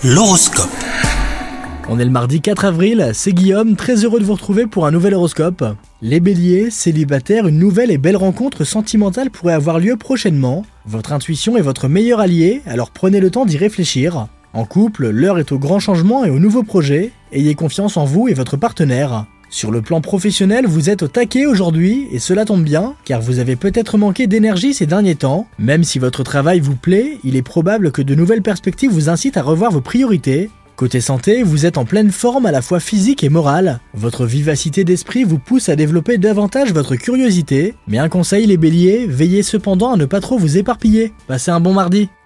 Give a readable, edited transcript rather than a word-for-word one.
L'horoscope. On est le mardi 4 avril, c'est Guillaume, très heureux de vous retrouver pour un nouvel horoscope. Les béliers, célibataires, une nouvelle et belle rencontre sentimentale pourrait avoir lieu prochainement. Votre intuition est votre meilleur allié, alors prenez le temps d'y réfléchir. En couple, l'heure est au grand changement et aux nouveaux projets. Ayez confiance en vous et votre partenaire. Sur le plan professionnel, vous êtes au taquet aujourd'hui, et cela tombe bien, car vous avez peut-être manqué d'énergie ces derniers temps. Même si votre travail vous plaît, il est probable que de nouvelles perspectives vous incitent à revoir vos priorités. Côté santé, vous êtes en pleine forme à la fois physique et morale. Votre vivacité d'esprit vous pousse à développer davantage votre curiosité. Mais un conseil les béliers, veillez cependant à ne pas trop vous éparpiller. Passez un bon mardi.